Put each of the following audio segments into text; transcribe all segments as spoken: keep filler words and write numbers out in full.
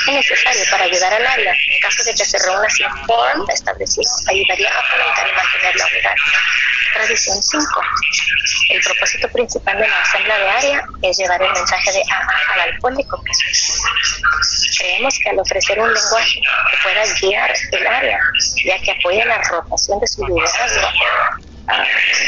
recurso necesario para ayudar al área en caso de que se reúna sin quórum establecido ayudaría a fomentar y mantener la unidad. Tradición cinco. El propósito principal de la asamblea de área es llevar el mensaje de A A al alcohólico. Creemos que al ofrecer un lenguaje que pueda guiar el área, ya que apoya la rotación de su liderazgo, uh,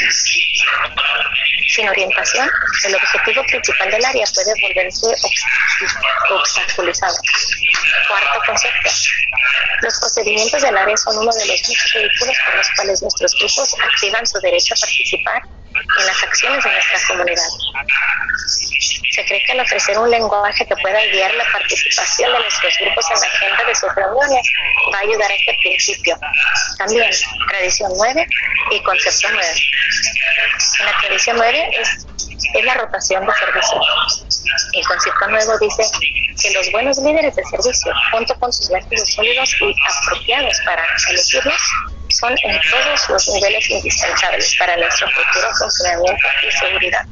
sin orientación, el objetivo principal del área puede volverse obst- obstaculizado. Cuarto concepto. Los procedimientos del área son uno de los muchos vehículos por los cuales nuestros grupos activan su derecho a participar en las acciones de nuestra comunidad. Se cree que al ofrecer un lenguaje que pueda guiar la participación de nuestros grupos en la agenda de sus reuniones va a ayudar a este principio. También, tradición nueve y concepto nueve. En la tradición nueve es, es la rotación de servicio. El concepto nuevo dice que los buenos líderes de servicio, junto con sus vértices sólidos y apropiados para elegirlos, son en todos los niveles indispensables para nuestro futuro funcionamiento y seguridad.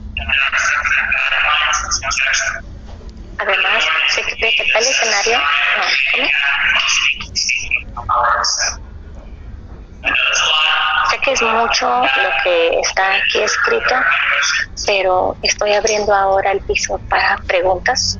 Además, se cree que tal escenario... No, sé que es mucho lo que está aquí escrito, pero estoy abriendo ahora el piso para preguntas.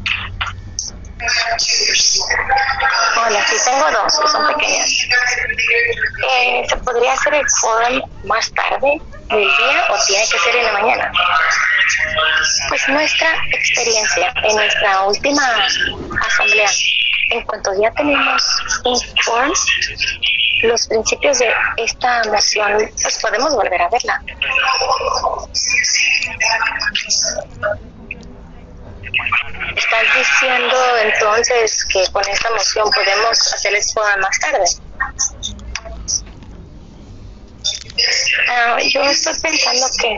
Hola, sí tengo dos, que son pequeñas. Eh, ¿Se podría hacer el quórum más tarde del día o tiene que ser en la mañana? Pues nuestra experiencia en nuestra última asamblea, en cuanto ya tenemos un quórum, los principios de esta moción, pues podemos volver a verla. ¿Estás diciendo entonces que con esta moción podemos hacer el quórum más tarde? Uh, yo estoy pensando que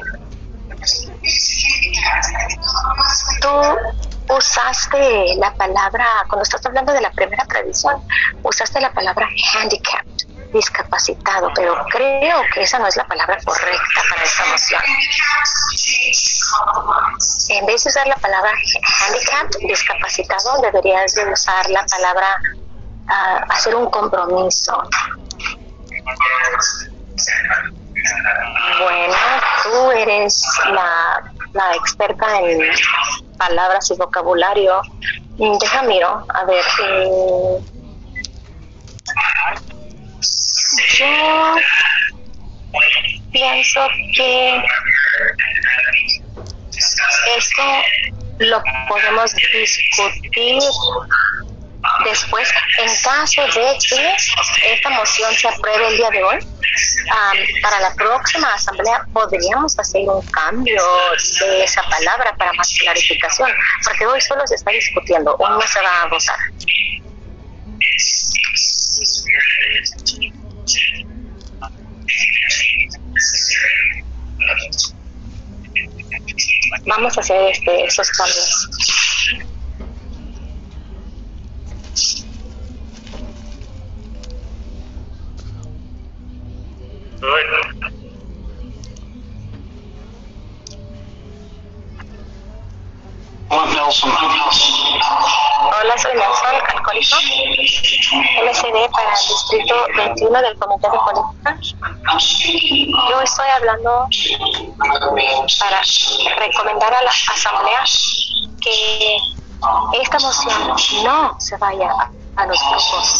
tú usaste la palabra, cuando estás hablando de la primera tradición, usaste la palabra handicapped, discapacitado, pero creo que esa no es la palabra correcta para esta moción. En vez de usar la palabra handicapped, discapacitado, deberías de usar la palabra uh, hacer un compromiso. Bueno, tú eres la, la experta en palabras y vocabulario. Deja miro, a ver. Eh, yo pienso que esto lo podemos discutir después. En caso de que esta moción se apruebe el día de hoy, um, para la próxima asamblea podríamos hacer un cambio de esa palabra para más clarificación, porque hoy solo se está discutiendo, hoy no se va a votar. Vamos a hacer este, esos cambios. Hola, soy Nelson, alcohólico, L C D para el distrito veintiuno del Comité de Política. Yo estoy hablando para recomendar a la Asamblea que esta moción no se vaya a los grupos.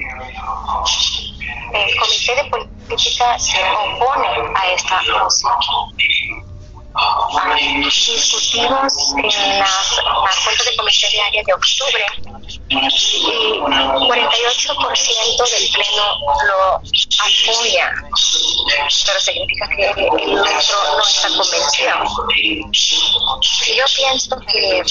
El Comité de Política se opone a esta moción. Ah, discutimos en la, la Junta de Comité de Área de octubre y cuarenta y ocho por ciento del Pleno lo apoya, pero significa que el otro no está convencido. Yo pienso que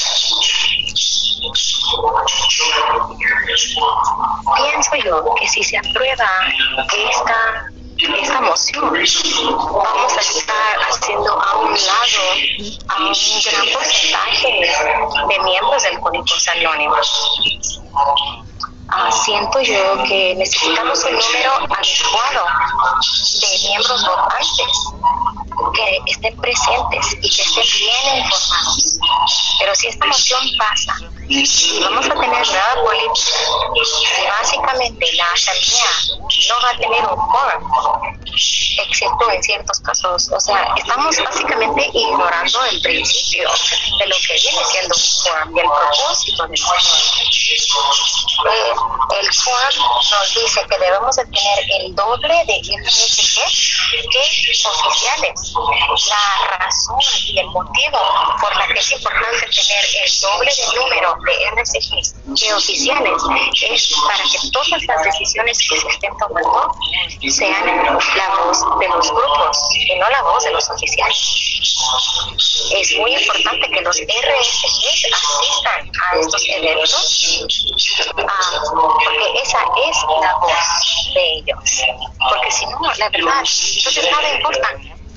pienso yo que si se aprueba esta esta moción, vamos a estar haciendo a un lado a un gran porcentaje de miembros de Alcohólicos Anónimos. Ah, siento yo que necesitamos un número adecuado de miembros votantes que estén presentes y que estén bien informados. Pero si esta moción pasa y vamos a tener nueva política y básicamente la asamblea no va a tener un quórum, excepto en ciertos casos, o sea, estamos básicamente ignorando el principio de lo que viene siendo un quórum y el propósito del quórum. Eh, el quórum nos dice que debemos de tener el doble de R S G que oficiales. La razón y el motivo por la que es importante tener el doble de número de R S G que oficiales es para que todas las decisiones que se estén tomando sean la voz de los grupos y no la voz de los oficiales. Es muy importante que los R S Gs asistan a estos eventos, ah, porque esa es la voz de ellos. Porque si no, la verdad, entonces nada importa.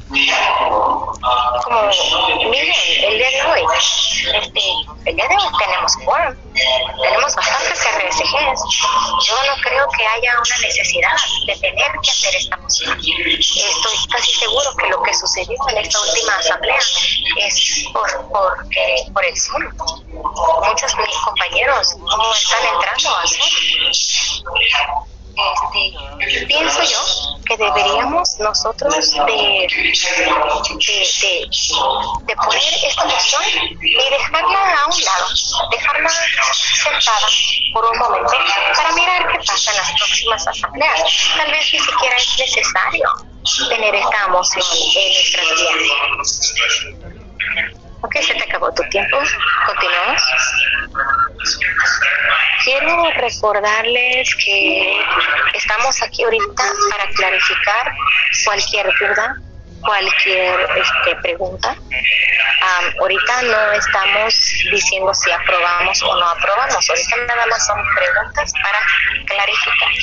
Como, miren, el día de hoy, este, el día de hoy tenemos quórum, tenemos bastantes R S Gs. Yo no creo que haya una necesidad de tener que hacer esta moción. Estoy casi seguro que lo que sucedió en esta última asamblea es por, por, eh, por el Zoom. Muchos de mis compañeros no están entrando al Zoom. Este, pienso yo que deberíamos nosotros de, de, de, de poner esta moción y dejarla a un lado, dejarla sentada por un momento para mirar qué pasa en las próximas asambleas. Tal vez ni siquiera es necesario tener esta moción en nuestras vidas. Ok, se te acabó tu tiempo. Continuamos. Quiero recordarles que estamos aquí ahorita para clarificar cualquier duda, cualquier este, pregunta. Um, ahorita no estamos diciendo si aprobamos o no aprobamos. Ahorita nada más son preguntas para clarificar.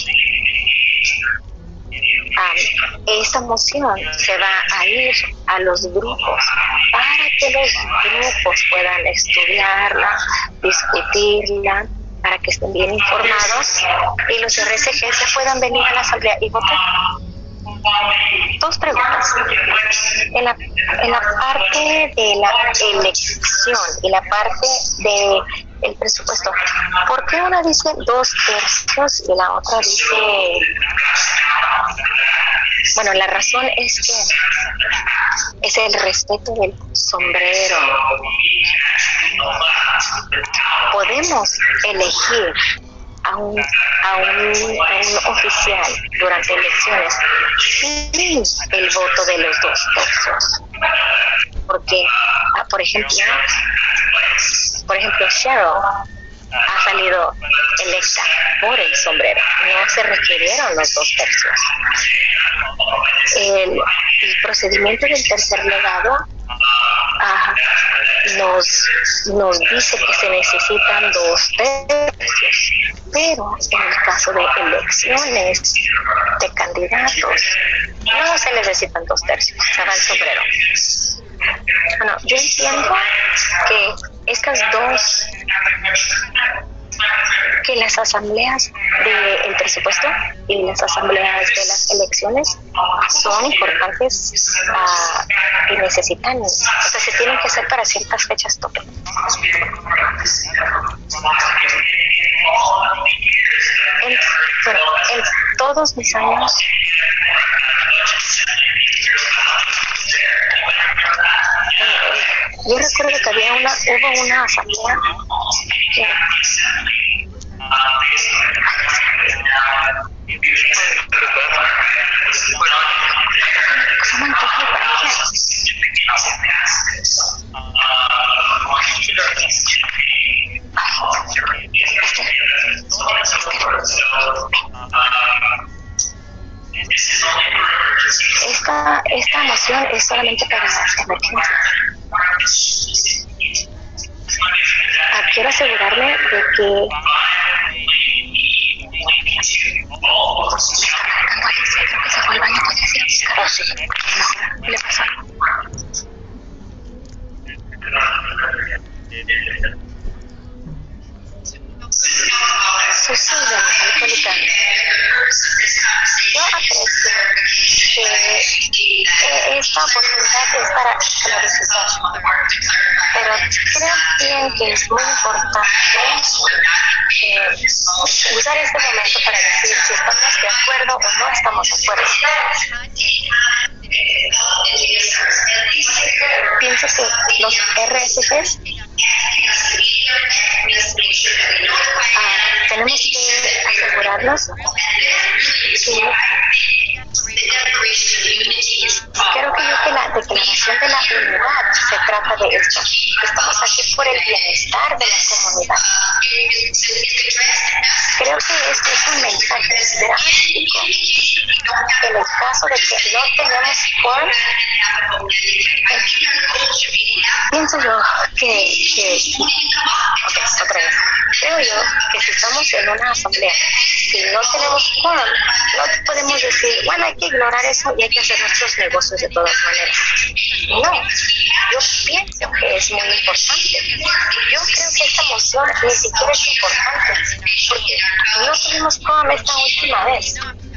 Um, esta moción se va a ir a los grupos para que los grupos puedan estudiarla, discutirla, para que estén bien informados y los R S Gs ya puedan venir a la asamblea y votar. Dos preguntas. En la, en la parte de la elección y la parte de el presupuesto, ¿por qué una dice dos tercios y la otra dice... Bueno, la razón es que es el respeto del sombrero. Podemos elegir a un, a un, a un oficial durante elecciones sin el voto de los dos tercios. Porque, por ejemplo, por ejemplo, Cheryl ha salido electa por el sombrero. No se requirieron los dos tercios. El, el procedimiento del tercer legado ah, nos, nos dice que se necesitan dos tercios, pero en el caso de elecciones de candidatos no se necesitan dos tercios, se va el sombrero. Bueno, yo entiendo que estas dos, que las asambleas del presupuesto y las asambleas de las elecciones son importantes uh, y necesitan, o sea, se tienen que hacer para ciertas fechas tope. En, bueno, en todos mis años yo recuerdo que había una, hubo una asamblea que se me antoja para qué. Esta, esta moción es solamente para las emergencias. Ah, quiero asegurarme de que creo que se fue al baño, puede decir oh, sí. ¿Qué le pasó? Sucede, alcohólica. Yo aprecio que esta oportunidad clarificar. Pero creo bien que es muy importante eh, usar este momento para decir si estamos de acuerdo o no estamos de acuerdo. Pienso que los R S Gs ah, tenemos que asegurarnos que creo que yo que la declaración de la unidad se trata de esto. Estamos aquí por el bienestar de la comunidad. Creo que este es un mensaje drástico. En el caso de que no tenemos quórum, pienso yo que, que okay, otra vez, creo yo que si estamos en una asamblea, si no tenemos quórum, no podemos decir, bueno, hay que ignorar eso y hay que hacer nuestros negocios de todas maneras. No, yo pienso que es muy importante. Yo creo que esta moción ni siquiera es importante, porque no tuvimos quórum esta última vez.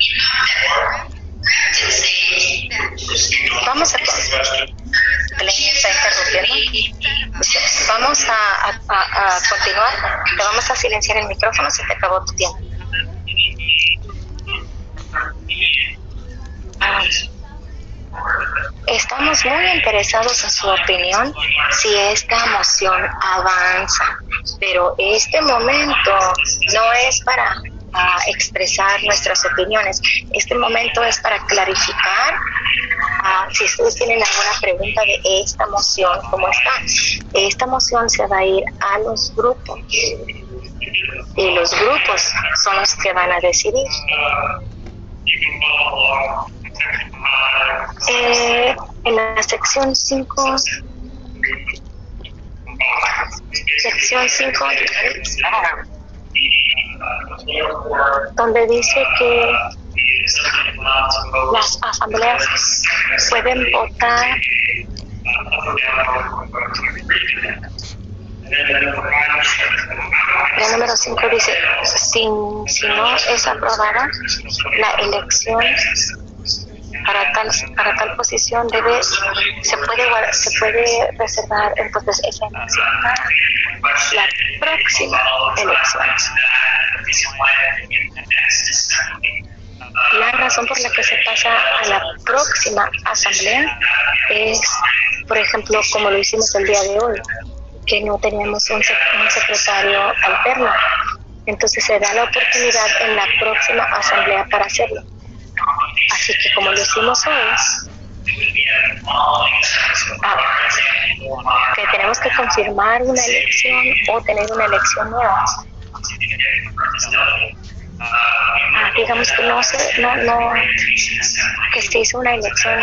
Vamos a... Glenn está interrumpiendo. Vamos a, a, a, a continuar. Te vamos a silenciar el micrófono, se te acabó tu tiempo. Ah, estamos muy interesados en su opinión si esta moción avanza, pero este momento no es para uh, expresar nuestras opiniones. Este momento es para clarificar. Uh, si ustedes tienen alguna pregunta de esta moción, ¿cómo está? Esta moción se va a ir a los grupos y los grupos son los que van a decidir. Eh, en la sección cinco, sección cinco, donde dice que las asambleas pueden votar el número cinco dice, si, si no es aprobada la elección para tal para tal posición debe se puede se puede reservar entonces esa elección para la próxima elección. La razón por la que se pasa a la próxima asamblea es, por ejemplo, como lo hicimos el día de hoy, que no teníamos un, un secretario alterno. Entonces se da la oportunidad en la próxima asamblea para hacerlo. Así que como lo hicimos hoy, ah, que tenemos que confirmar una elección o tener una elección nueva. Ah, digamos que no se, no, no, que se hizo una elección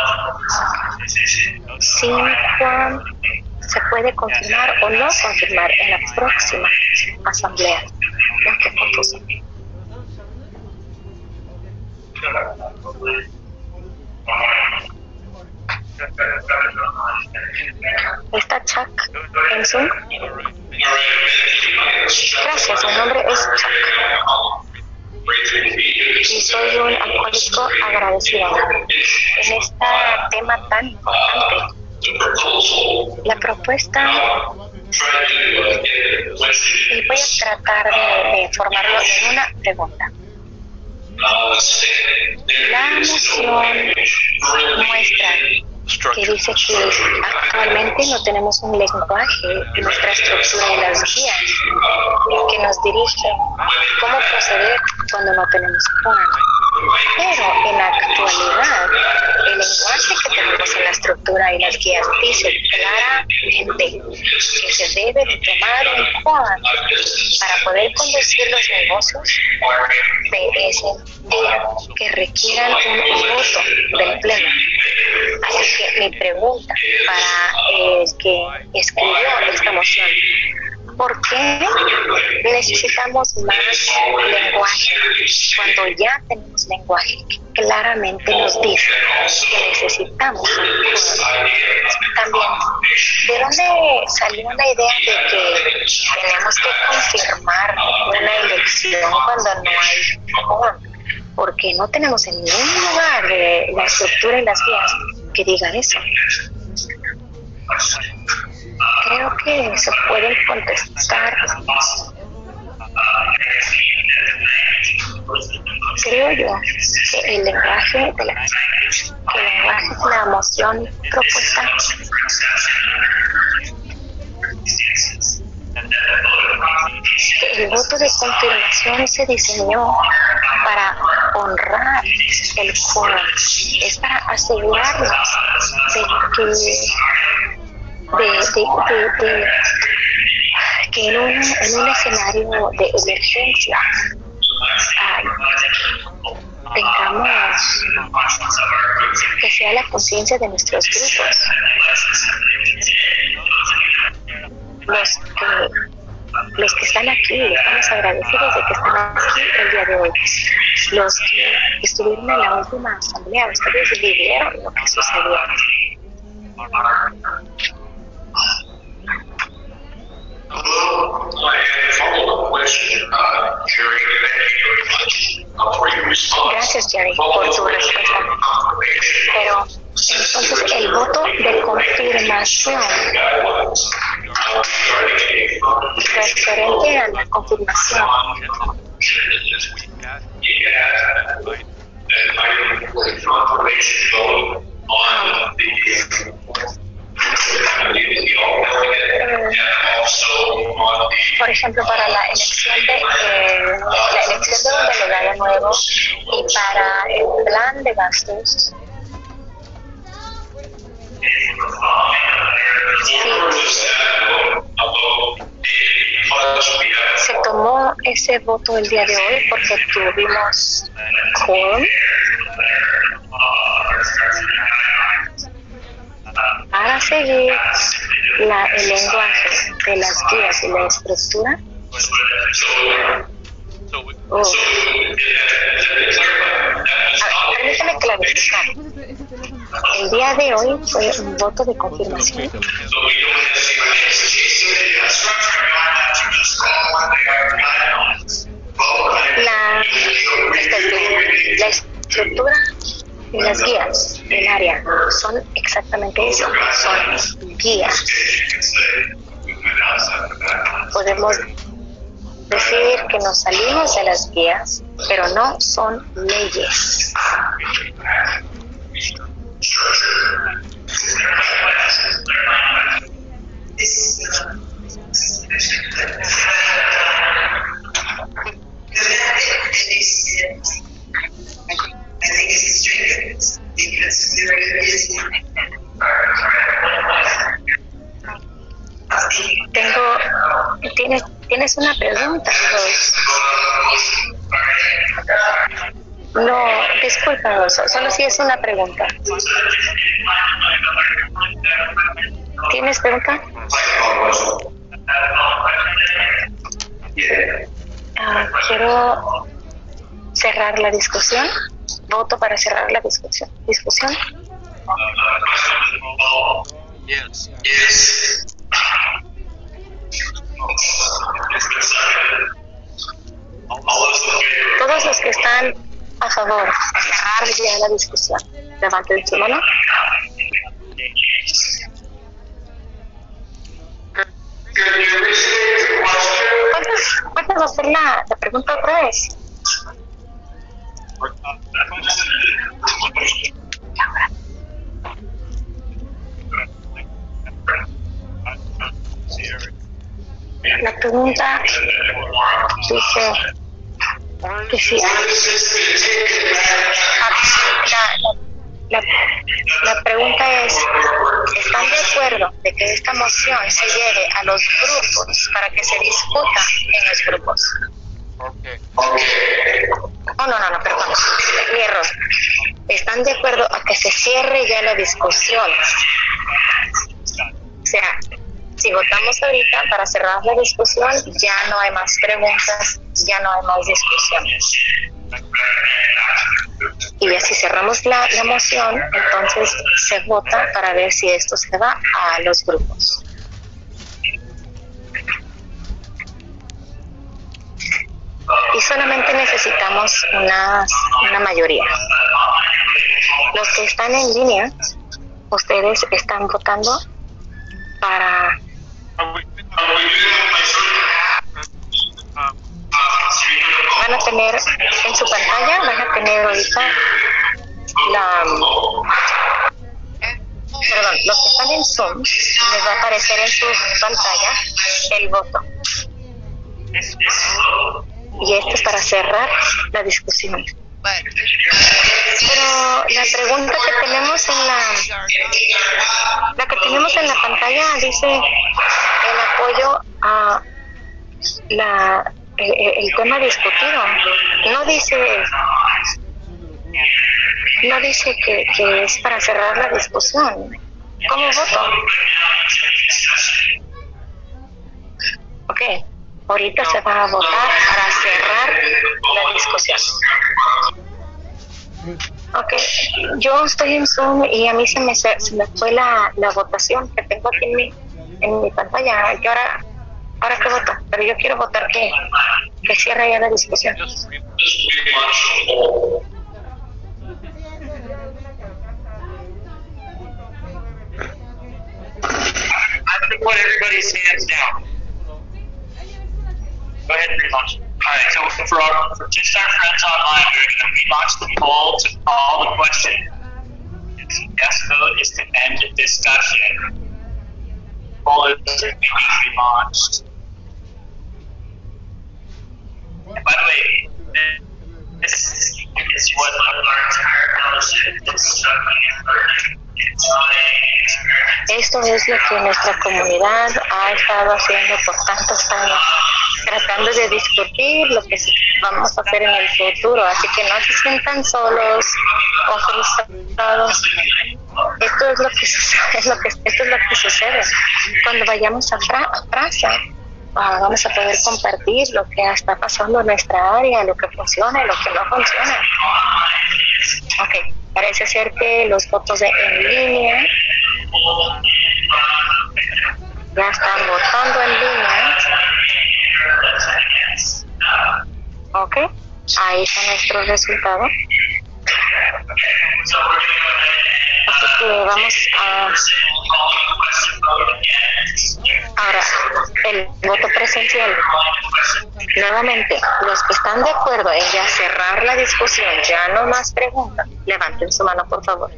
sin quórum, se puede confirmar o no confirmar en la próxima asamblea. No, qué confuso. ¿Está Chuck en Zoom? Gracias, mi nombre es Chuck. Y soy un alcohólico agradecido. En este tema tan importante, la propuesta, y voy a tratar de, de formarlo en una pregunta. La moción muestra que dice que actualmente no tenemos un lenguaje en nuestra estructura y las guías que nos dirigen cómo proceder cuando no tenemos quórum. Pero en la actualidad, el lenguaje que tenemos en la estructura y las guías dice claramente que se debe de tomar un quórum para poder conducir los negocios de ese día que requieran un voto del pleno. Así que mi pregunta para el que escribió esta moción: ¿por qué necesitamos más lenguaje cuando ya tenemos lenguaje que claramente nos dice que necesitamos un quórum? También, ¿de dónde salió la idea de que tenemos que confirmar una elección cuando no hay quórum? Porque no tenemos en ningún lugar de la estructura y las guías que digan eso. Creo que se pueden contestar. Creo yo que el lenguaje de la, que el lenguaje de la emoción propuesta que el voto de confirmación se diseñó para honrar el quórum, es para asegurarnos de que de, de, de, de, que en un, en un escenario de emergencia uh, tengamos que sea la conciencia de nuestros grupos los que los que están aquí. Estamos agradecidos de que están aquí el día de hoy. Los que estuvieron en la última asamblea, ustedes vivieron lo que sucedió. Gracias, Jerry, por tu respuesta. Pero entonces el voto de confirmación referente a la confirmación por ejemplo, para la elección de eh, la elección de un delegado nuevo y para el plan de gastos. Sí. Se tomó ese voto el día de hoy porque tuvimos quórum para seguir la, el lenguaje de las guías y la estructura. Oh. Ah, permítame clarificar. El día de hoy fue un voto de confirmación. La, la estructura y las guías del área son exactamente eso, son guías. Podemos decir que nos salimos de las guías, pero no son leyes. Tengo, tienes, tienes una pregunta, Rose. No, disculpa, Rose, solo si es una pregunta. ¿Tienes pregunta? Uh, quiero cerrar la discusión. Voto para cerrar la discusión. ¿Discusión? Yes. Yes. Todos los que están a favor de cerrar ya la discusión, levanten su mano. ¿Puedes, puedes hacer la, la pregunta otra vez? La pregunta dice que si la, la, la pregunta es, ¿están de acuerdo de que esta moción se lleve a los grupos para que se discuta en los grupos? Oh, no, no, no, perdón, mi error. ¿Están de acuerdo a que se cierre ya la discusión? O sea, si votamos ahorita para cerrar la discusión, ya no hay más preguntas, ya no hay más discusiones. Y ya si cerramos la, la moción, entonces se vota para ver si esto se va a los grupos. Y solamente necesitamos una, una mayoría. Los que están en línea, ustedes están votando para... Van a tener en su pantalla, van a tener ahorita la... Perdón, los que están en Zoom, les va a aparecer en su pantalla el voto. Y esto es para cerrar la discusión. Pero la pregunta que tenemos en la la que tenemos en la pantalla dice el apoyo a la el, el tema discutido. No dice no dice que, que es para cerrar la discusión. ¿Cómo voto? Ok, ahorita se va a votar para cerrar la discusión. Ok, yo estoy en Zoom y a mí se me, se me fue la, la votación que tengo aquí en mi, en mi pantalla. Y ahora, ahora qué voto, pero yo quiero votar que, que cierre ya la discusión. I think put everybody's hands down. Go ahead and relaunch. All right, so for, our, for just our friends online, we're going to relaunch the poll to call the question. The yes vote is to end the discussion. Poll is to be relaunched. And by the way, this is what our entire fellowship is struggling and learning. Esto es lo que nuestra comunidad ha estado haciendo por tantos años, tratando de discutir lo que vamos a hacer en el futuro, así que no se sientan solos o frustrados. Esto es lo que sucede, es lo que, esto es lo que sucede. Cuando vayamos a, Fra, a Francia, uh, vamos a poder compartir lo que está pasando en nuestra área, lo que funciona y lo que no funciona. Ok, parece ser que los votos de, en línea ya están votando en línea. Ok, ahí está nuestro resultado. Así que vamos a... Ahora, el voto presencial. Nuevamente, los que están de acuerdo en ya cerrar la discusión, ya no más preguntas, levanten su mano, por favor.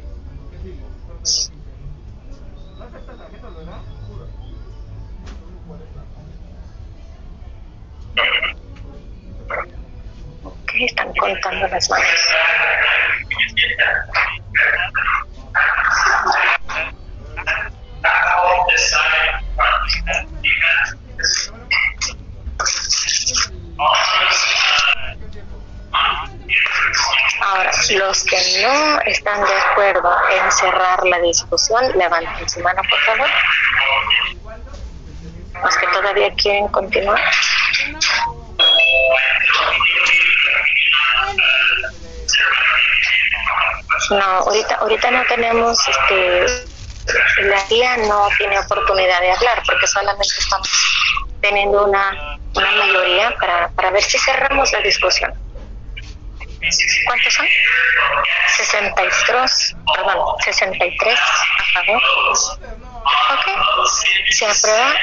Ok, están contando las manos. Ahora, los que no están de acuerdo en cerrar la discusión, levanten su mano, por favor. Los que todavía quieren continuar. No, ahorita, ahorita no tenemos, este, la guía no tiene oportunidad de hablar porque solamente estamos teniendo una, una mayoría para, para ver si cerramos la discusión. ¿Cuántos son? sesenta y tres, perdón, sesenta y tres a favor. Ok, se aprueba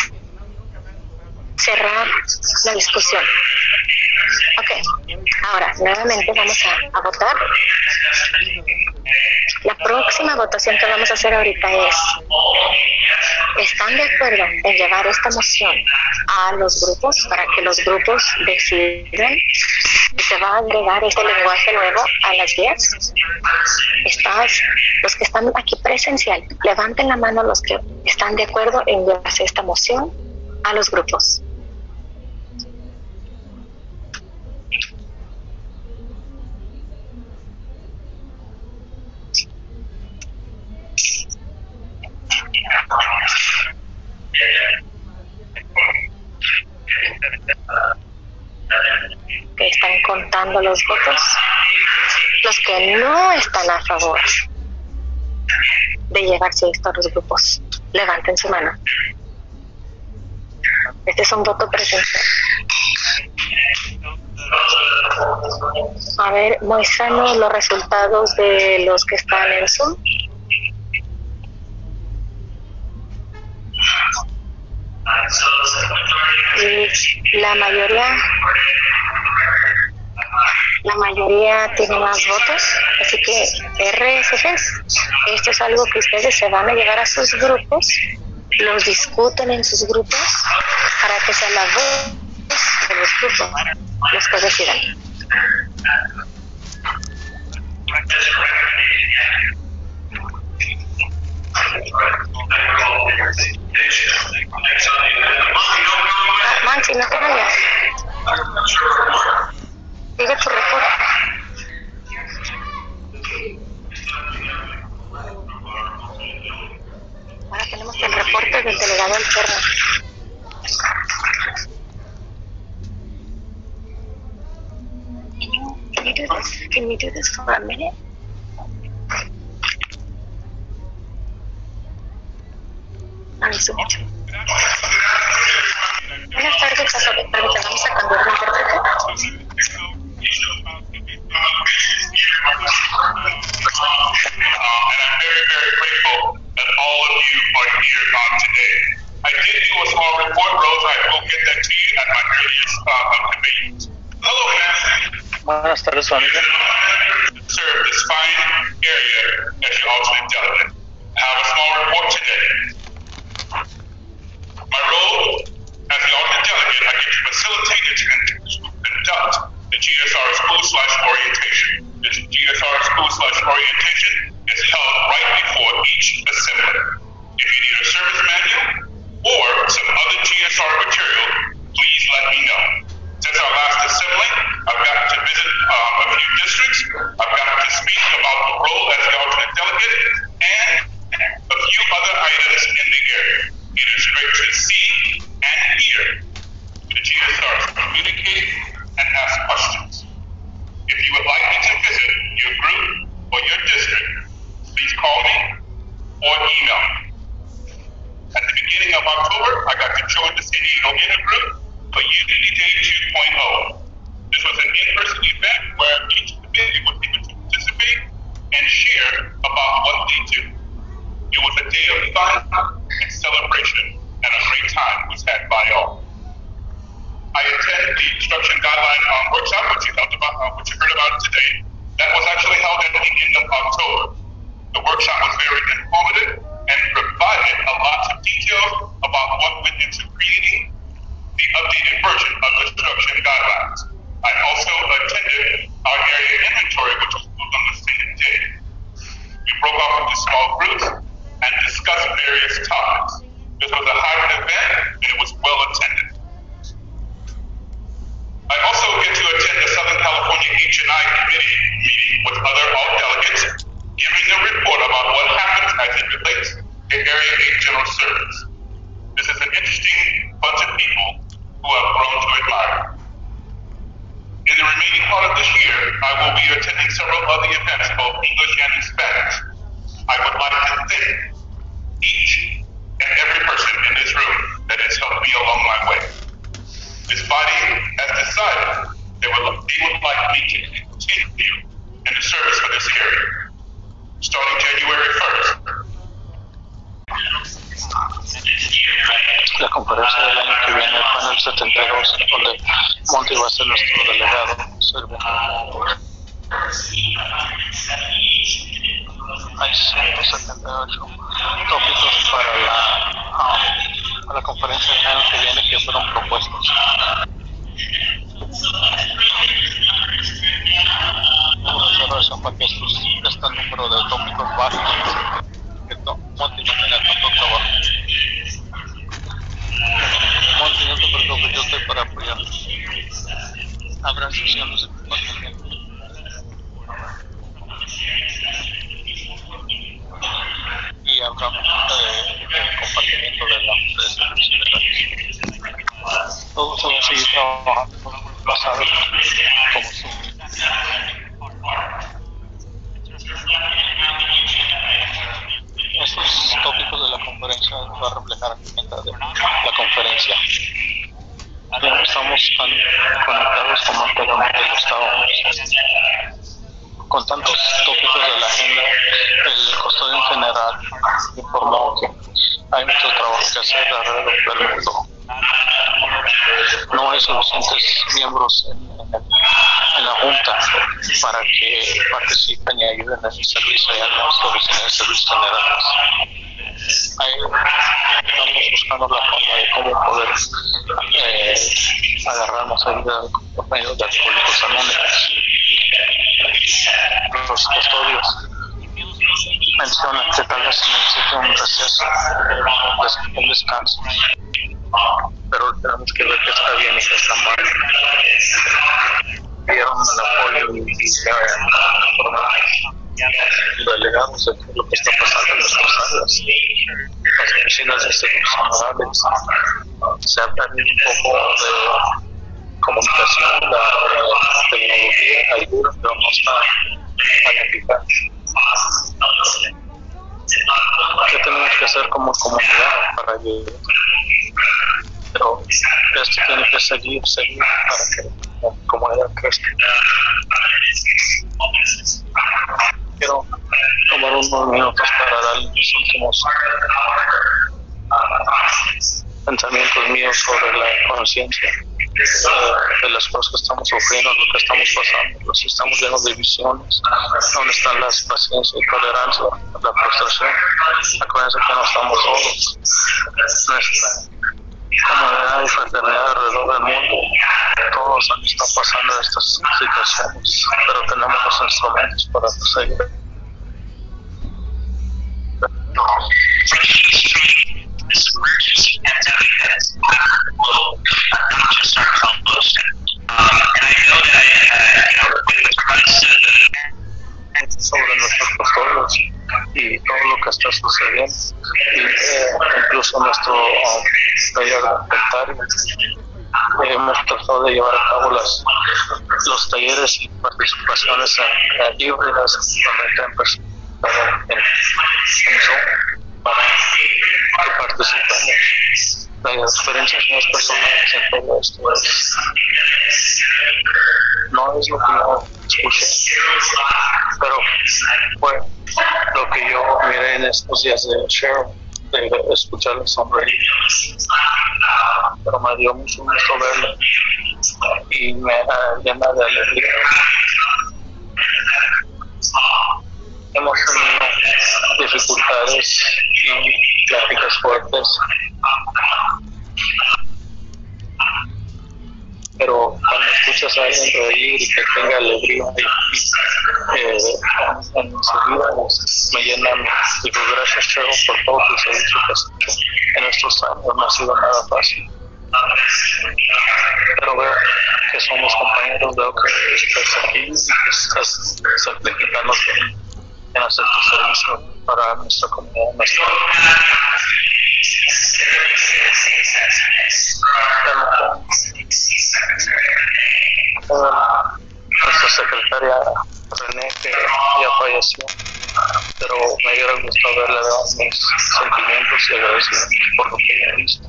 cerrar la discusión. Ok, ahora nuevamente vamos a, a votar. La próxima votación que vamos a hacer ahorita es: ¿están de acuerdo en llevar esta moción a los grupos para que los grupos decidan si se va a agregar este lenguaje nuevo a las guías? ¿Estás, los que están aquí presencial, levanten la mano los que están de acuerdo en llevarse esta moción a los grupos? Que están contando los votos. Los que no están a favor de llevarse esto a los grupos, levanten su mano. Este es un voto presencial. A ver, muéstranos los resultados de los que están en Zoom. y la mayoría la mayoría tiene más votos, así que R S Gs, esto es algo que ustedes se van a llevar a sus grupos, los discuten en sus grupos para que sea la voz de los grupos los que decidan. Ah, Manchi, no te vayas. Sigue tu reporte. Ahora tenemos el reporte del delegado alterno. Can you do this? Can we do this for a minute? A su mucho. Buenas tardes, permítanme, vamos a cambiar de intérprete. And I'm very, very grateful that all of you are here on today. I did do a small report, Rose. I will get that to you at my earliest uh, convenience. Hello, ma'am. Buenas tardes, familia. Serve this fine area as your alternate delegate. I have a small report today. My role as the alternate delegate, I get to facilitate and conduct the G S R school slash orientation. This G S R school slash orientation is held right before each assembly. If you need a service manual or some other G S R material, please let me know. Since our last assembly, I've gotten to visit um, a few districts. I've gotten to speak about the role as the alternate delegate and a few other items in the area. It is great to see and hear the G S Rs communicate and ask questions. If you would like me to visit your group or your district, please call me or email me. At the beginning of October, I got to join the San Diego Intergroup for Unity Day two point oh. This was an in-person event where each committee was able to participate and share about what they do. It was a day of fun and celebration, and a great time was had by all. I attended the instruction guideline um, workshop, which you, held about, uh, which you heard about today. That was actually held at the end of October. The workshop was very informative and provided a lot of details about what went into creating the updated version of the instruction guidelines. I also attended our area inventory, which was moved on the same day. We broke off into small groups and discussed various topics. This was a hybrid event and it was well attended. I also get to attend the Southern California H and I committee meeting with other all delegates, giving a report about what happens as it relates to Area eight General Service. This is an interesting bunch of people who I've grown to admire. In the remaining part of this year, I will be attending several other events, both English and in Spanish. I would like to thank each and every person in this room that has helped me along my way. This body has decided they would, they would like me to continue in the service for this area. Starting January first. La conferencia del año que viene fue en el setenta y dos, donde Monty va a ser nuestro delegado. Hay ciento setenta y ocho tópicos para la, um, para la conferencia del año que viene que fueron propuestos. Una razón para que estos, este número de tópicos bajos, que to, Monty no tenga tanto trabajo. Monty, no te preocupes, yo estoy para apoyar. Habrá sesiones de compartimiento. Y habrá junta de, de compartimiento de la de todos van a seguir trabajando basado como siempre. Estos tópicos de la conferencia van a reflejar la agenda de la conferencia. Ya no estamos tan conectados como anteriormente lo estábamos. Con tantos tópicos de la agenda, el custodio general informó que hay mucho trabajo que hacer alrededor del mundo. no hay suficientes miembros en, en, en la Junta para que participen y ayuden en el servicio y hagan las oficinas de servicios generales. Ahí estamos buscando la forma de cómo poder eh, agarrar más ayuda por medio de Alcohólicos Anónimos. Los custodios mencionan que tal vez necesita un receso, un descanso, pero tenemos que ver que está bien y que está mal. Vieron el apoyo y, y uh, delegamos de lo que está pasando en nuestras áreas. Las oficinas de servicios generales se habla un poco de comunicación, la tecnología ayuda, pero no está tan eficaz. ¿Qué tenemos que hacer como comunidad para ayudar? Pero esto tiene que seguir, seguir para que la comunidad crezca. Quiero tomar unos minutos para dar mis últimos pensamientos míos sobre la conciencia de las cosas que estamos sufriendo, lo que estamos pasando, los estamos llenos de visiones, dónde están las paciencia y tolerancia, la frustración. Acuérdense que no estamos solos. Nuestra comunidad y fraternidad alrededor del mundo, todos están pasando estas situaciones, pero tenemos los instrumentos para seguir. This emergency pandemic that has happened will not just our fellows. Um, and I know that, uh, you know, with regards to the sobre nuestros pastores y todo lo que está sucediendo, y eh, incluso nuestro um, taller inventario. Eh, hemos tratado de llevar a cabo las, los talleres y participaciones en, en híbridas, donde en persona, en, en Zoom, para que participemos. Las experiencias más personales en todo esto es, no es lo que yo escuché, pero fue lo que yo miré en estos días de Cheryl, de escucharle sonreír, pero me dio mucho gusto verlo y me uh, llena de alegría. Hemos tenido dificultades y pláticas fuertes, pero cuando escuchas a alguien reír y que tenga alegría y, y, eh, en, en su vida, me llena. Digo, gracias, Cheryl, por todo tu servicio que has hecho en estos años. No ha sido nada fácil, pero veo que somos compañeros, veo que estás aquí y que estás sacrificándote en hacer tu servicio para nuestra comunidad, nuestra nuestra secretaria René, que ya falleció, pero me hubiera gustado verle dar mis sentimientos y agradecimientos por lo que ella hizo.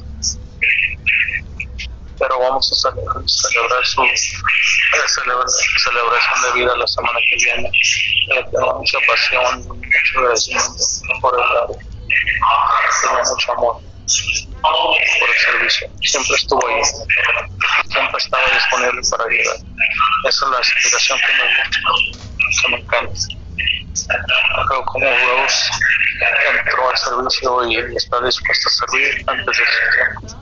Pero vamos a celebrar, celebrar su celebra, celebración de vida la semana que viene. Eh, tengo mucha pasión, mucho agradecimiento por el lado. Tengo mucho amor por el servicio. Siempre estuvo ahí, siempre estaba disponible para ayudar. Esa es la inspiración que me gusta, que me encanta. Creo como Rose entró al servicio y está dispuesta a servir antes de su tiempo.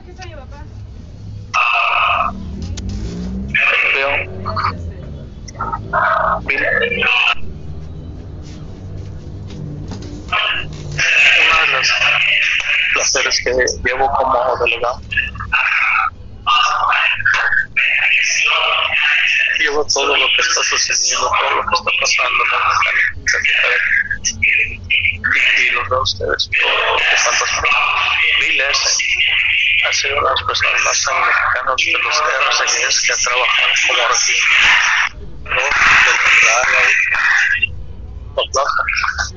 Veo, mira, uno de los placeres que llevo como delegado, llevo todo lo que está sucediendo, todo lo que está pasando, y, y los veo a ustedes, todo lo que están pasando. Miles ha sido una de las personas más significantes de los R C Gs que ha trabajado como registro de la área de plaza.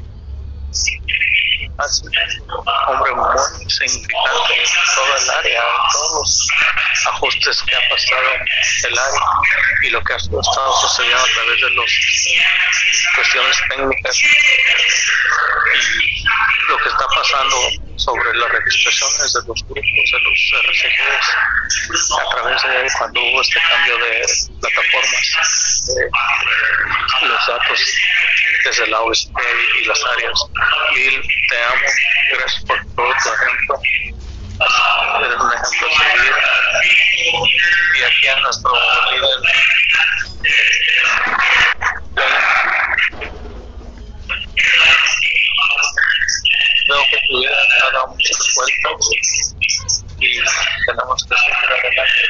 Ha sido un hombre muy significante en toda el área, en todos los ajustes que ha pasado el área y lo que ha estado sucediendo a través de las cuestiones técnicas y lo que está pasando sobre las registraciones de los grupos de los R C Gs a través de cuando hubo este cambio de plataformas, de los datos desde la O S P y las áreas. Bill, te amo, gracias por todo tu ejemplo. Eres un ejemplo a seguir. Y aquí a nuestro líder, veo que tu vida ha dado muchas vueltas y tenemos que seguir adelante.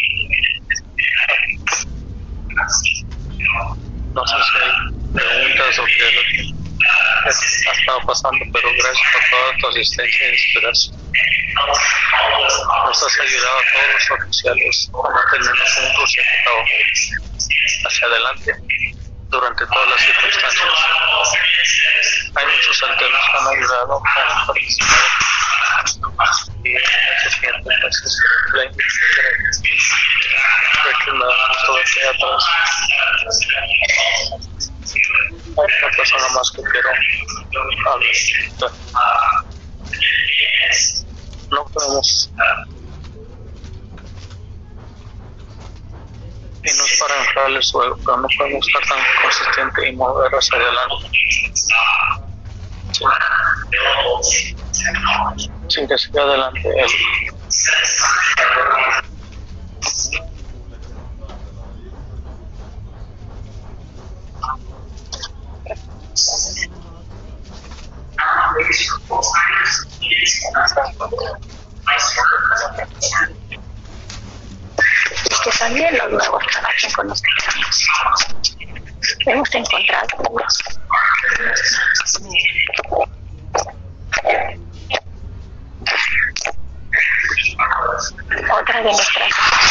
No sé si hay preguntas o qué ha estado pasando, pero gracias por toda tu asistencia e inspiración. Nos has ayudado a todos los oficiales a mantenernos juntos y hacia adelante durante todas las circunstancias. Hay muchos alternos que han ayudado a participar y en estos siguientes meses de que me damos todo el día atrás. Hay una persona más que quiero hablar. No podemos, y no es para entrarles luego, pero no podemos estar tan consistentes y mover hacia adelante sin, sin que siga adelante él. Y que también los nuevos trabajen con los que estamos. Hemos encontrado unos. Otra de nuestras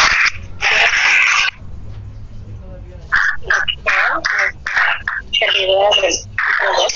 servidores del poder.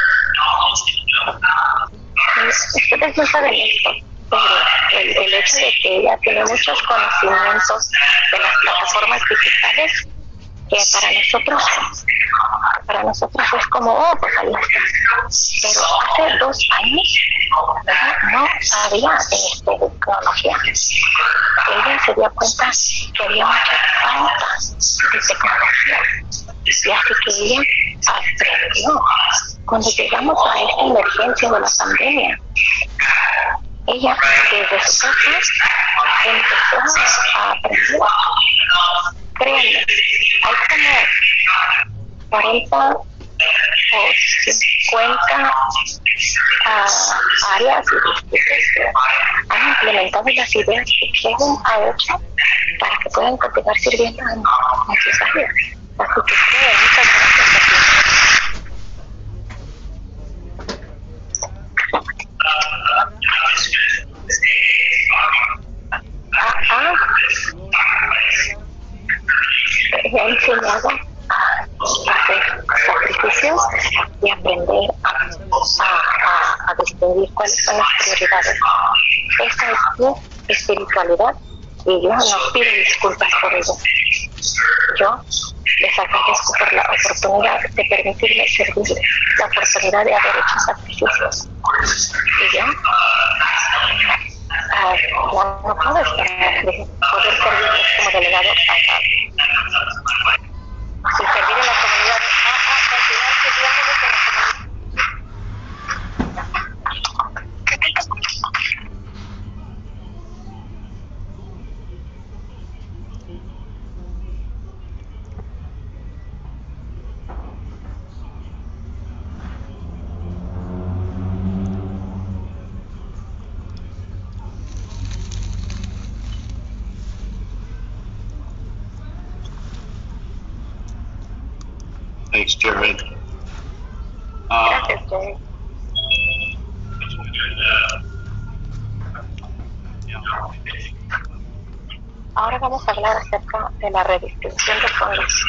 Ustedes no saben esto, pero el, el hecho de que ella tiene muchos conocimientos de las plataformas digitales, que para nosotros, para nosotros es como, oh, pues ahí está. Pero hace dos años no sabía de esta tecnología. Ella se dio cuenta que había mucha falta de tecnología. Y así que ella aprendió. Cuando llegamos a esta emergencia de la pandemia, ella desde su casa empezó a aprender. Créanme, hay como cuarenta o cincuenta uh, áreas y distritos que han implementado las ideas que Kevin ha hecho para que puedan continuar sirviendo en, en sus áreas. Así que sí, muchas gracias. Ah, me ha enseñado a, a hacer sacrificios y aprender a, a, a distinguir cuáles son las prioridades. Esa es mi espiritualidad y yo no pido disculpas por ello. Yo les agradezco por la oportunidad de permitirme servirles, la oportunidad de haber hecho sacrificios. Y yo uh, no, no puedo esperar de poder servirles como delegado pasado. Y servir en la comunidad, a, a continuar sirviéndoles en la comunidad. Thanks, Jared. Gracias, Jared. Ahora vamos a hablar acerca de la redistribución de fondos.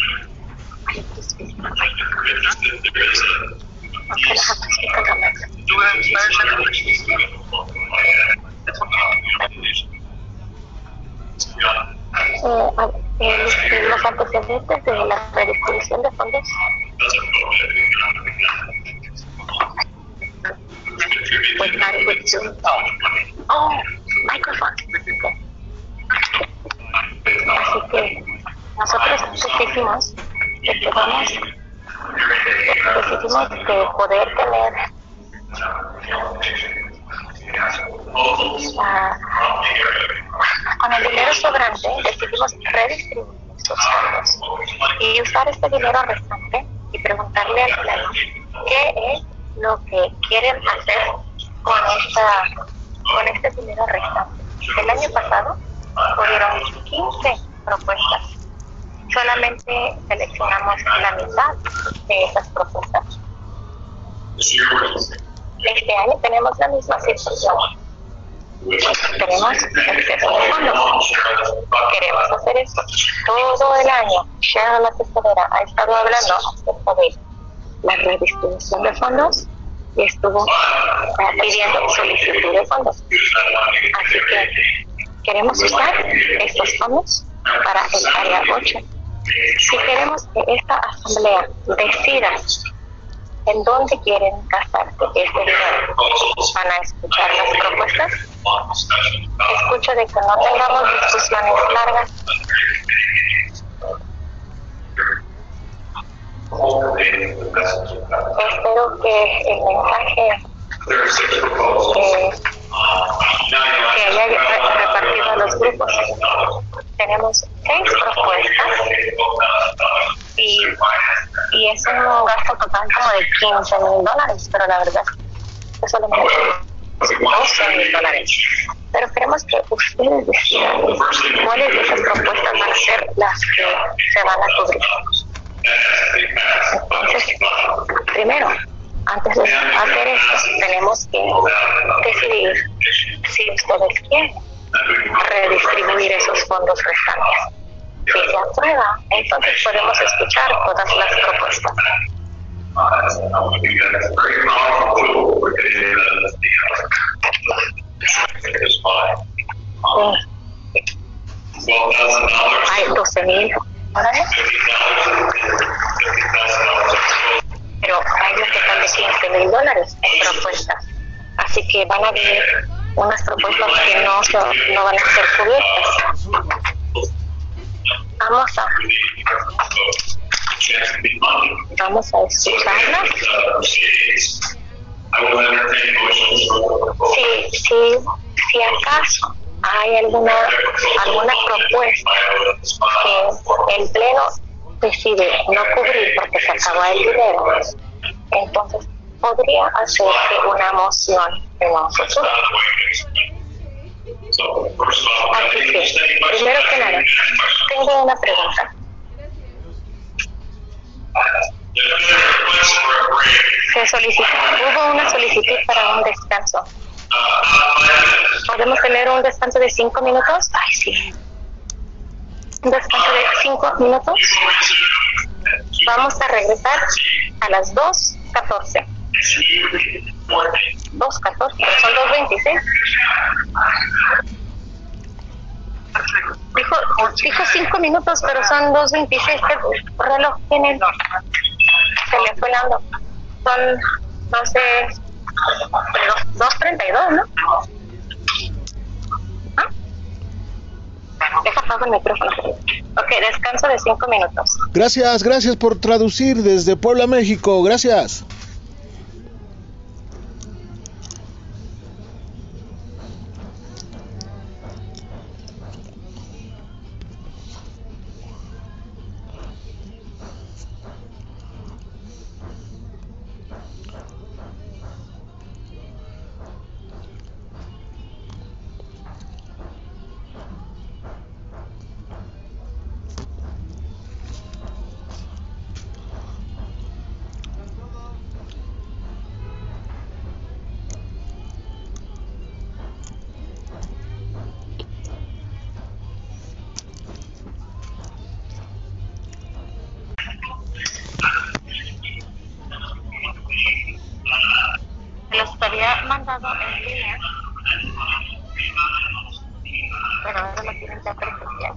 Okay, I have to speak on that. Eh, eh, los antecedentes de la redistribución de fondos with that with Zoom. Oh, microphone. Así que nosotros decidimos de que vamos, decidimos de poder tener uh, con el dinero sobrante, decidimos redistribuir estos fondos y usar este dinero restante y preguntarle al pleno qué es lo que quieren hacer con esta con este dinero restante. El año pasado hubieron quince propuestas. Solamente seleccionamos la mitad de esas propuestas. Este año tenemos la misma situación. Tenemos exceso de fondos. Queremos hacer esto. Todo el año, Cheryl la tesorera ha estado hablando acerca de la redistribución de fondos y estuvo uh, pidiendo solicitud de fondos. Así que queremos usar estos fondos para el área ocho. Si queremos que esta asamblea decida en dónde quieren gastar este dinero, van a escuchar las propuestas. Escucho de que no tengamos discusiones largas. Espero que el mensaje que, que haya repartido a los grupos. Tenemos seis propuestas y, y es un gasto total como de quince mil dólares, pero la verdad es solamente doce mil dólares. Pero queremos que ustedes decidan cuáles de esas propuestas van a ser las que se van a cubrir. Entonces, primero, antes de hacer esto, tenemos que decidir si ustedes quieren redistribuir esos fondos restantes. Si se aprueba, entonces podemos escuchar todas las propuestas. Hay doce mil dólares, pero hay una total de quince mil dólares en propuestas. Así que van a haber unas propuestas que no, no van a ser cubiertas. Vamos a vamos a escucharlas. Si, si, si acaso hay alguna alguna propuesta que el pleno decide no cubrir porque se acaba el dinero, entonces podría hacerse una moción en un futuro. Así que, primero que nada, tengo una pregunta. Se solicitó, hubo una solicitud para un descanso. ¿Podemos tener un descanso de cinco minutos? Ay, sí. Un descanso de cinco minutos. Vamos a regresar a las dos catorce. dos catorce, son dos veintiséis. Dijo, dijo cinco minutos, pero son dos veintiséis. ¿Qué reloj tienen? Se me fue dando. Son, no sé, dos treinta y dos, ¿no? ¿Ah? Deja apago el micrófono. Ok, descanso de cinco minutos. Gracias, gracias por traducir desde Puebla, México. Gracias. Mandado en línea, pero ahora lo tienen ya presencial.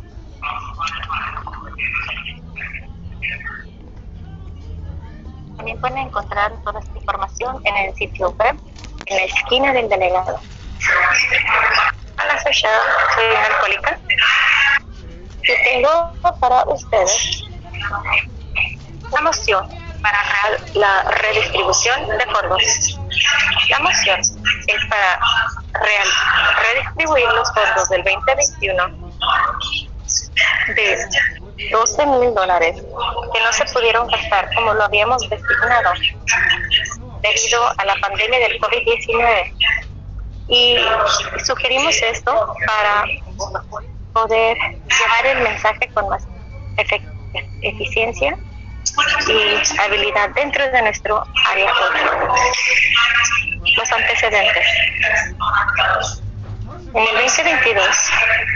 También pueden encontrar toda esta información en el sitio web en la esquina del delegado. Hola, soy Sharon, soy una alcohólica. Y tengo para ustedes la moción para la redistribución de fondos. La moción es para real, redistribuir los fondos del veinte veintiuno de doce mil dólares que no se pudieron gastar como lo habíamos designado debido a la pandemia del COVID diecinueve. Y sugerimos esto para poder llevar el mensaje con más eficiencia y habilidad dentro de nuestro área. Los antecedentes. En el veinte veintidós,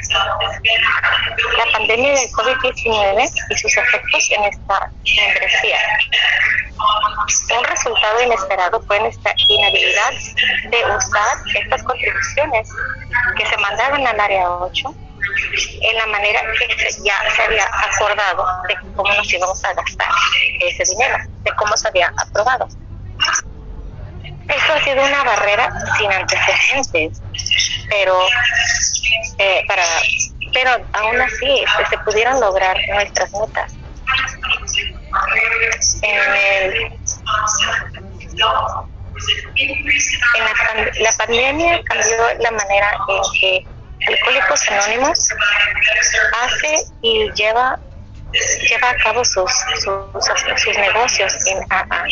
la pandemia del COVID diecinueve y sus efectos en esta membresía. Un resultado inesperado fue nuestra inhabilidad de usar estas contribuciones que se mandaron al área ocho en la manera que ya se había acordado de cómo nos íbamos a gastar ese dinero, de cómo se había aprobado. Esto ha sido una barrera sin antecedentes, pero eh, para pero aún así este, se pudieron lograr nuestras metas. En, el, en la, la pandemia cambió la manera en que Alcohólicos Anónimos hace y lleva lleva a cabo sus, sus, sus negocios en A A.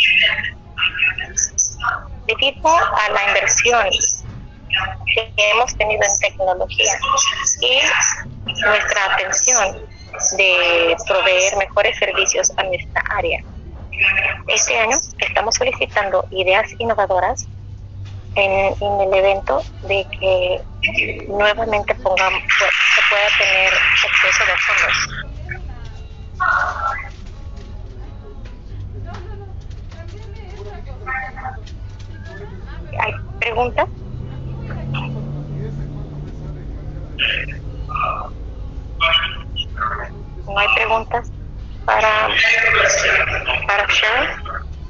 Debido a la inversión que hemos tenido en tecnología y nuestra atención de proveer mejores servicios a nuestra área, este año estamos solicitando ideas innovadoras en, en el evento de que nuevamente pongamos, se pueda tener exceso de fondos. ¿Hay preguntas? ¿No hay preguntas para, para Sharon?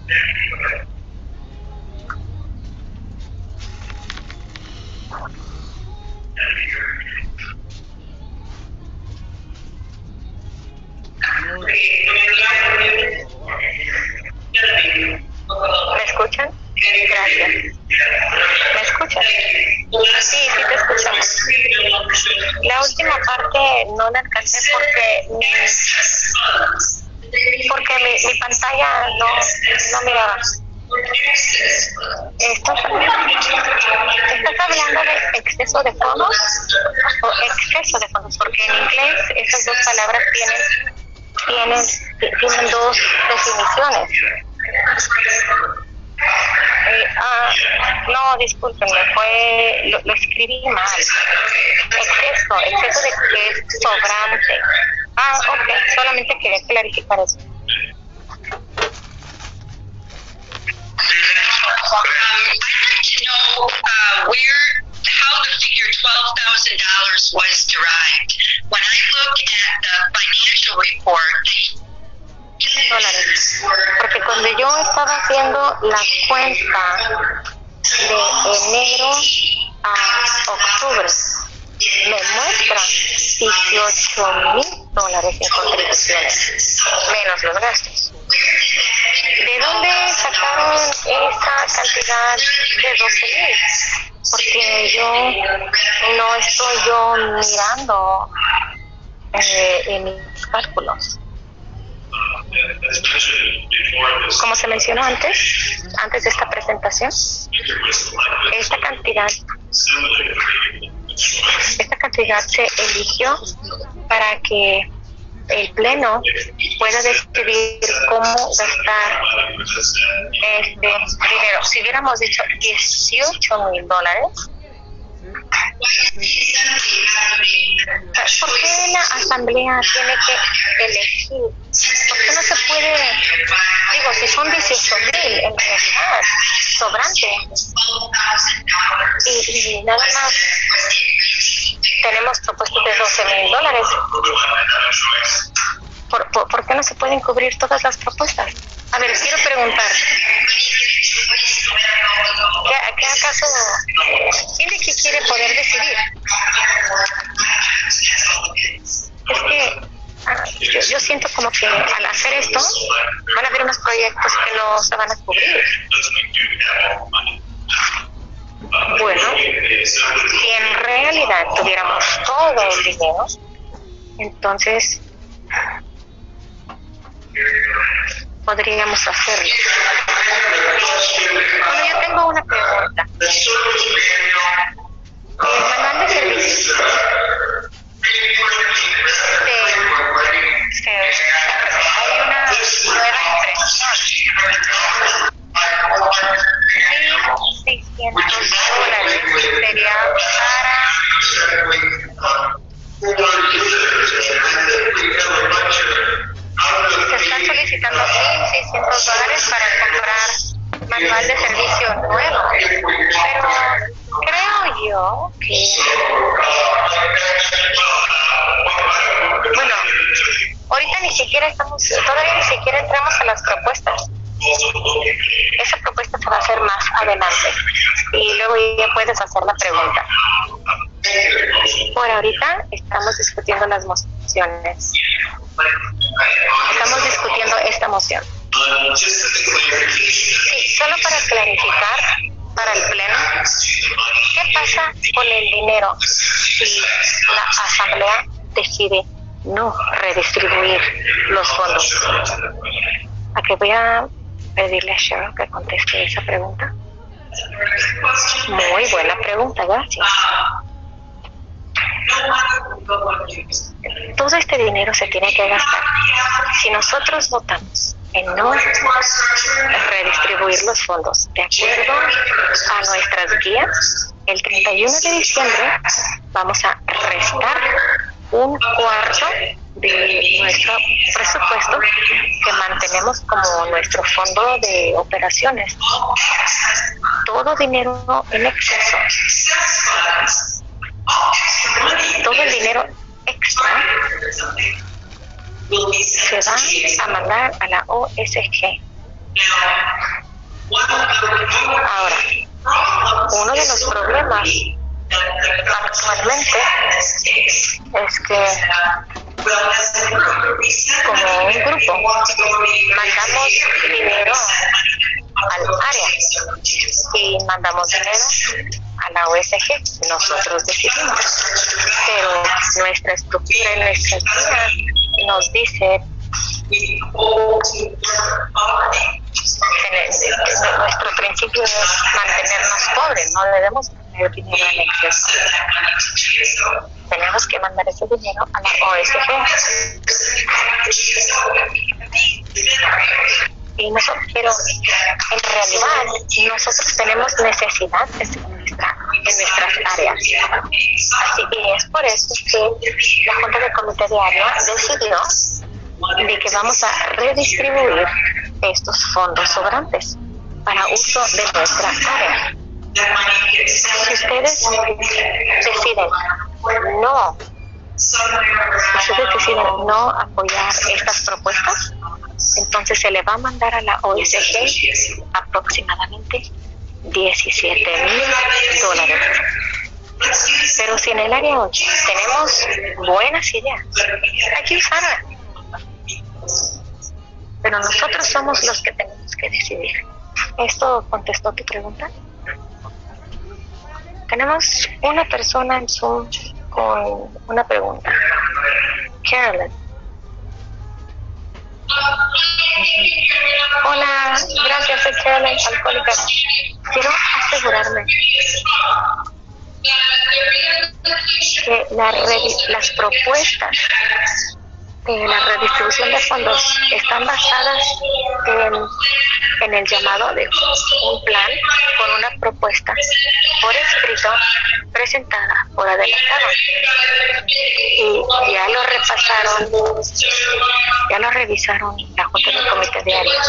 ¿Me escuchan? Gracias. ¿Me escuchan? Sí, sí te escuchamos. La última parte no la alcancé porque porque mi, mi pantalla no, no miraba. ¿Estás, ¿Estás hablando de exceso de fondos o exceso de fondos? Porque en inglés esas dos palabras tienen tienen, tienen dos definiciones. Eh, ah, no, discúlpenme, fue, lo, lo escribí mal. Exceso, exceso de que es sobrante. Ah, ok, solamente quería clarificar eso. Um, I'd like to know uh, where, how the figure twelve thousand dollars was derived. When I look at the financial report, dólares. Porque cuando yo estaba haciendo la cuenta de enero a octubre, me muestra dieciocho mil dólares en contribuciones, menos los gastos. ¿De dónde sacaron esa cantidad de doce mil? Porque yo no estoy yo mirando eh, en mis cálculos. Como se mencionó antes, antes de esta presentación, esta cantidad, esta cantidad se eligió para que el Pleno pueda decidir cómo gastar este dinero. Si hubiéramos dicho dieciocho mil dólares, ¿por qué la asamblea tiene que elegir? ¿Por qué no se puede, digo, si son dieciocho mil en realidad, sobrante, y, y nada más tenemos propuestas de doce mil dólares? ¿Por, por, ¿Por qué no se pueden cubrir todas las propuestas? A ver, quiero preguntar. ¿Qué, qué acaso? ¿Quién de qué quiere poder decidir? Es que ah, yo, yo siento como que al hacer esto van a haber unos proyectos que no se van a cubrir. Bueno, si en realidad tuviéramos todo el dinero, entonces podríamos hacerlo. Bueno, yo tengo una pregunta. El manual de servicio se, se, hay una nueva impresión. seiscientos dólares sería para... Se están solicitando mil seiscientos dólares para comprar manual de servicio nuevo. Pero creo yo que... Bueno, ahorita ni siquiera estamos, todavía ni siquiera entramos a las propuestas. Esa propuesta se va a hacer más adelante y luego ya puedes hacer la pregunta. Por ahorita estamos discutiendo las mociones. Estamos discutiendo esta moción. Sí, solo para clarificar para el Pleno, ¿qué pasa con el dinero si la Asamblea decide no redistribuir los fondos? ¿A qué voy a pedirle a Cheryl que conteste esa pregunta? Muy buena pregunta, gracias. Todo este dinero se tiene que gastar. Si nosotros votamos en no redistribuir los fondos de acuerdo a nuestras guías, el treinta y uno de diciembre vamos a restar un cuarto de nuestro presupuesto que mantenemos como nuestro fondo de operaciones. Todo dinero en exceso, todo el dinero extra se va a mandar a la O S G. Ahora, uno de los problemas actualmente es que como un grupo mandamos dinero al área y mandamos dinero a la O S G, nosotros decidimos, pero nuestra estructura y nuestra guía nos dice que nuestro principio es mantenernos pobres, no debemos tener dinero en exceso. Tenemos que mandar ese dinero a la O S G. Y nosotros, pero en realidad nosotros tenemos necesidades en, nuestra, en nuestras áreas. Así que es por eso que la Junta de Comité de Área decidió de que vamos a redistribuir estos fondos sobrantes para uso de nuestra área. Si ustedes deciden no, si ustedes deciden no apoyar estas propuestas, entonces se le va a mandar a la O S G aproximadamente diecisiete mil dólares. Pero si en el área ocho tenemos buenas ideas, hay que usarlas. Pero nosotros somos los que tenemos que decidir. ¿Esto contestó tu pregunta? Tenemos una persona en Zoom con una pregunta. Carolyn. Hola, gracias, soy Carolyn, alcohólica. Quiero asegurarme que la las propuestas de la redistribución de fondos están basadas en, en el llamado de un plan con una propuesta por escrito presentada por adelantado. Y ya lo repasaron, ya lo revisaron la Junta del Comité de Área.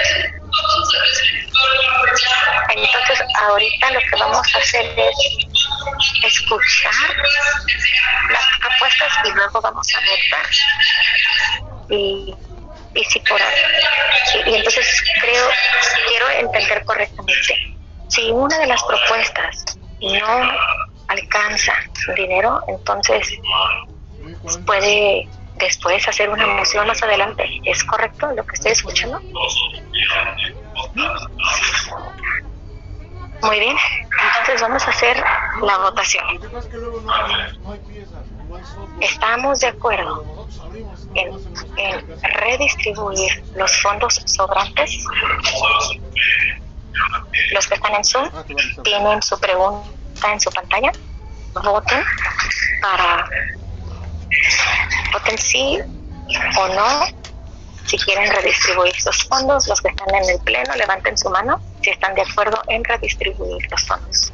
Entonces, ahorita lo que vamos a hacer es escuchar las propuestas y luego vamos a votar. Y, y si por ahí, sí, y entonces creo, quiero entender correctamente. Si una de las propuestas no alcanza dinero, entonces puede después hacer una moción más adelante. ¿Es correcto lo que estoy escuchando? Muy bien, entonces vamos a hacer la votación. ¿Estamos de acuerdo en, en redistribuir los fondos sobrantes? Los que están en Zoom tienen su pregunta en su pantalla. Voten para voten sí o no si quieren redistribuir los fondos. Los que están en el pleno levanten su mano si están de acuerdo en redistribuir los fondos.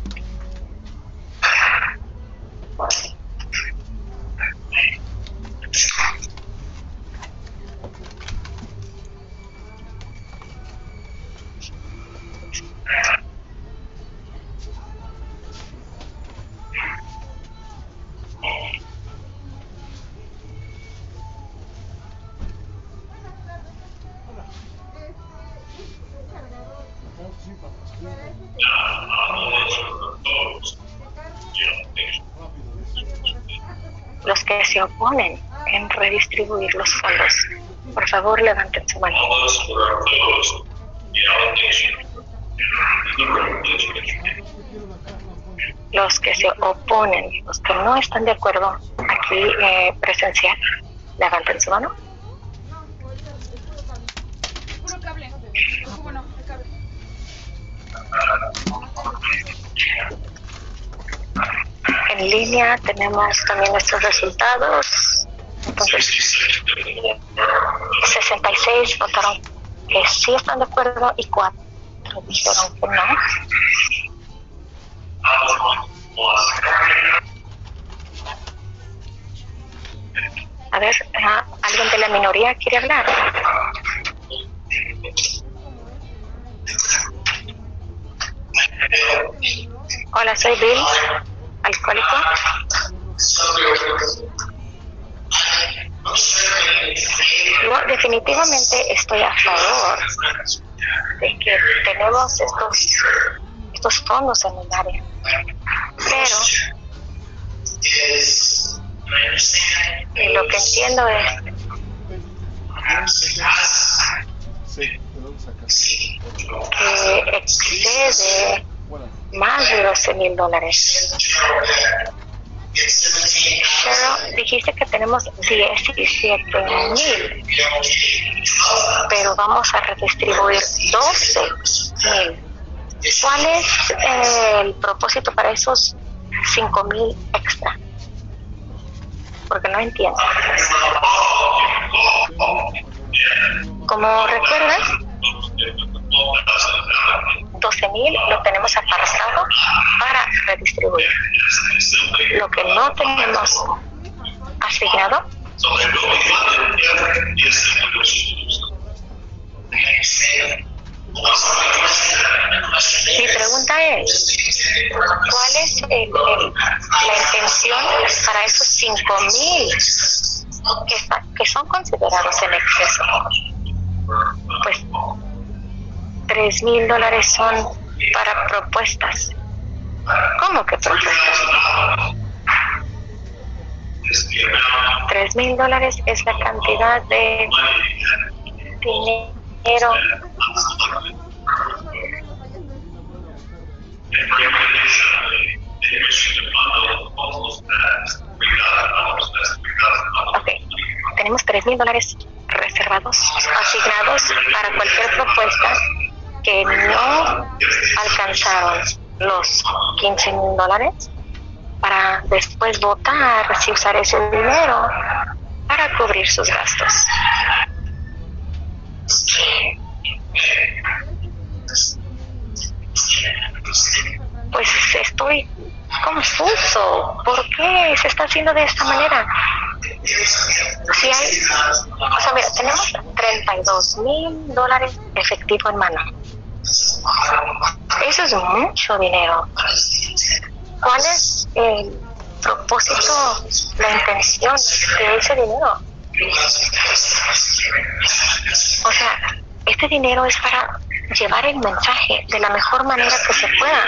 Los que se oponen en redistribuir los fondos, por favor levanten su mano. Los que se oponen, los que no están de acuerdo aquí eh, presencial, levanten su mano. En línea tenemos también nuestros resultados. Entonces, sesenta y seis votaron que sí están de acuerdo y cuatro dijeron que no. A ver, ¿alguien de la minoría quiere hablar? Hola, soy Bill, alcohólico. Yo definitivamente estoy a favor de que tenemos estos, estos fondos en el área, pero lo que entiendo es que excede más de doce mil dólares. Pero dijiste que tenemos diecisiete mil, pero vamos a redistribuir doce mil. ¿Cuál es eh, el propósito para esos cinco mil extra? Porque no entiendo. Como recuerdas, doce mil lo tenemos apartado para redistribuir. Lo que no tenemos asignado mi pregunta es, ¿cuál es el, el, la intención para esos cinco mil que, que son considerados en exceso? Pues tres mil dólares son para propuestas. ¿Cómo que propuestas? Tres mil dólares es la cantidad de dinero ok, tenemos tres mil dólares reservados, asignados para cualquier propuesta que no alcanzaron los quince mil dólares, para después votar si usar ese dinero para cubrir sus gastos. Pues estoy confuso. ¿Por qué se está haciendo de esta manera? Si hay, o sea, mira, tenemos treinta y dos mil dólares efectivo en mano. Eso es mucho dinero. ¿Cuál es el propósito, la intención de ese dinero? O sea, este dinero es para llevar el mensaje de la mejor manera que se pueda.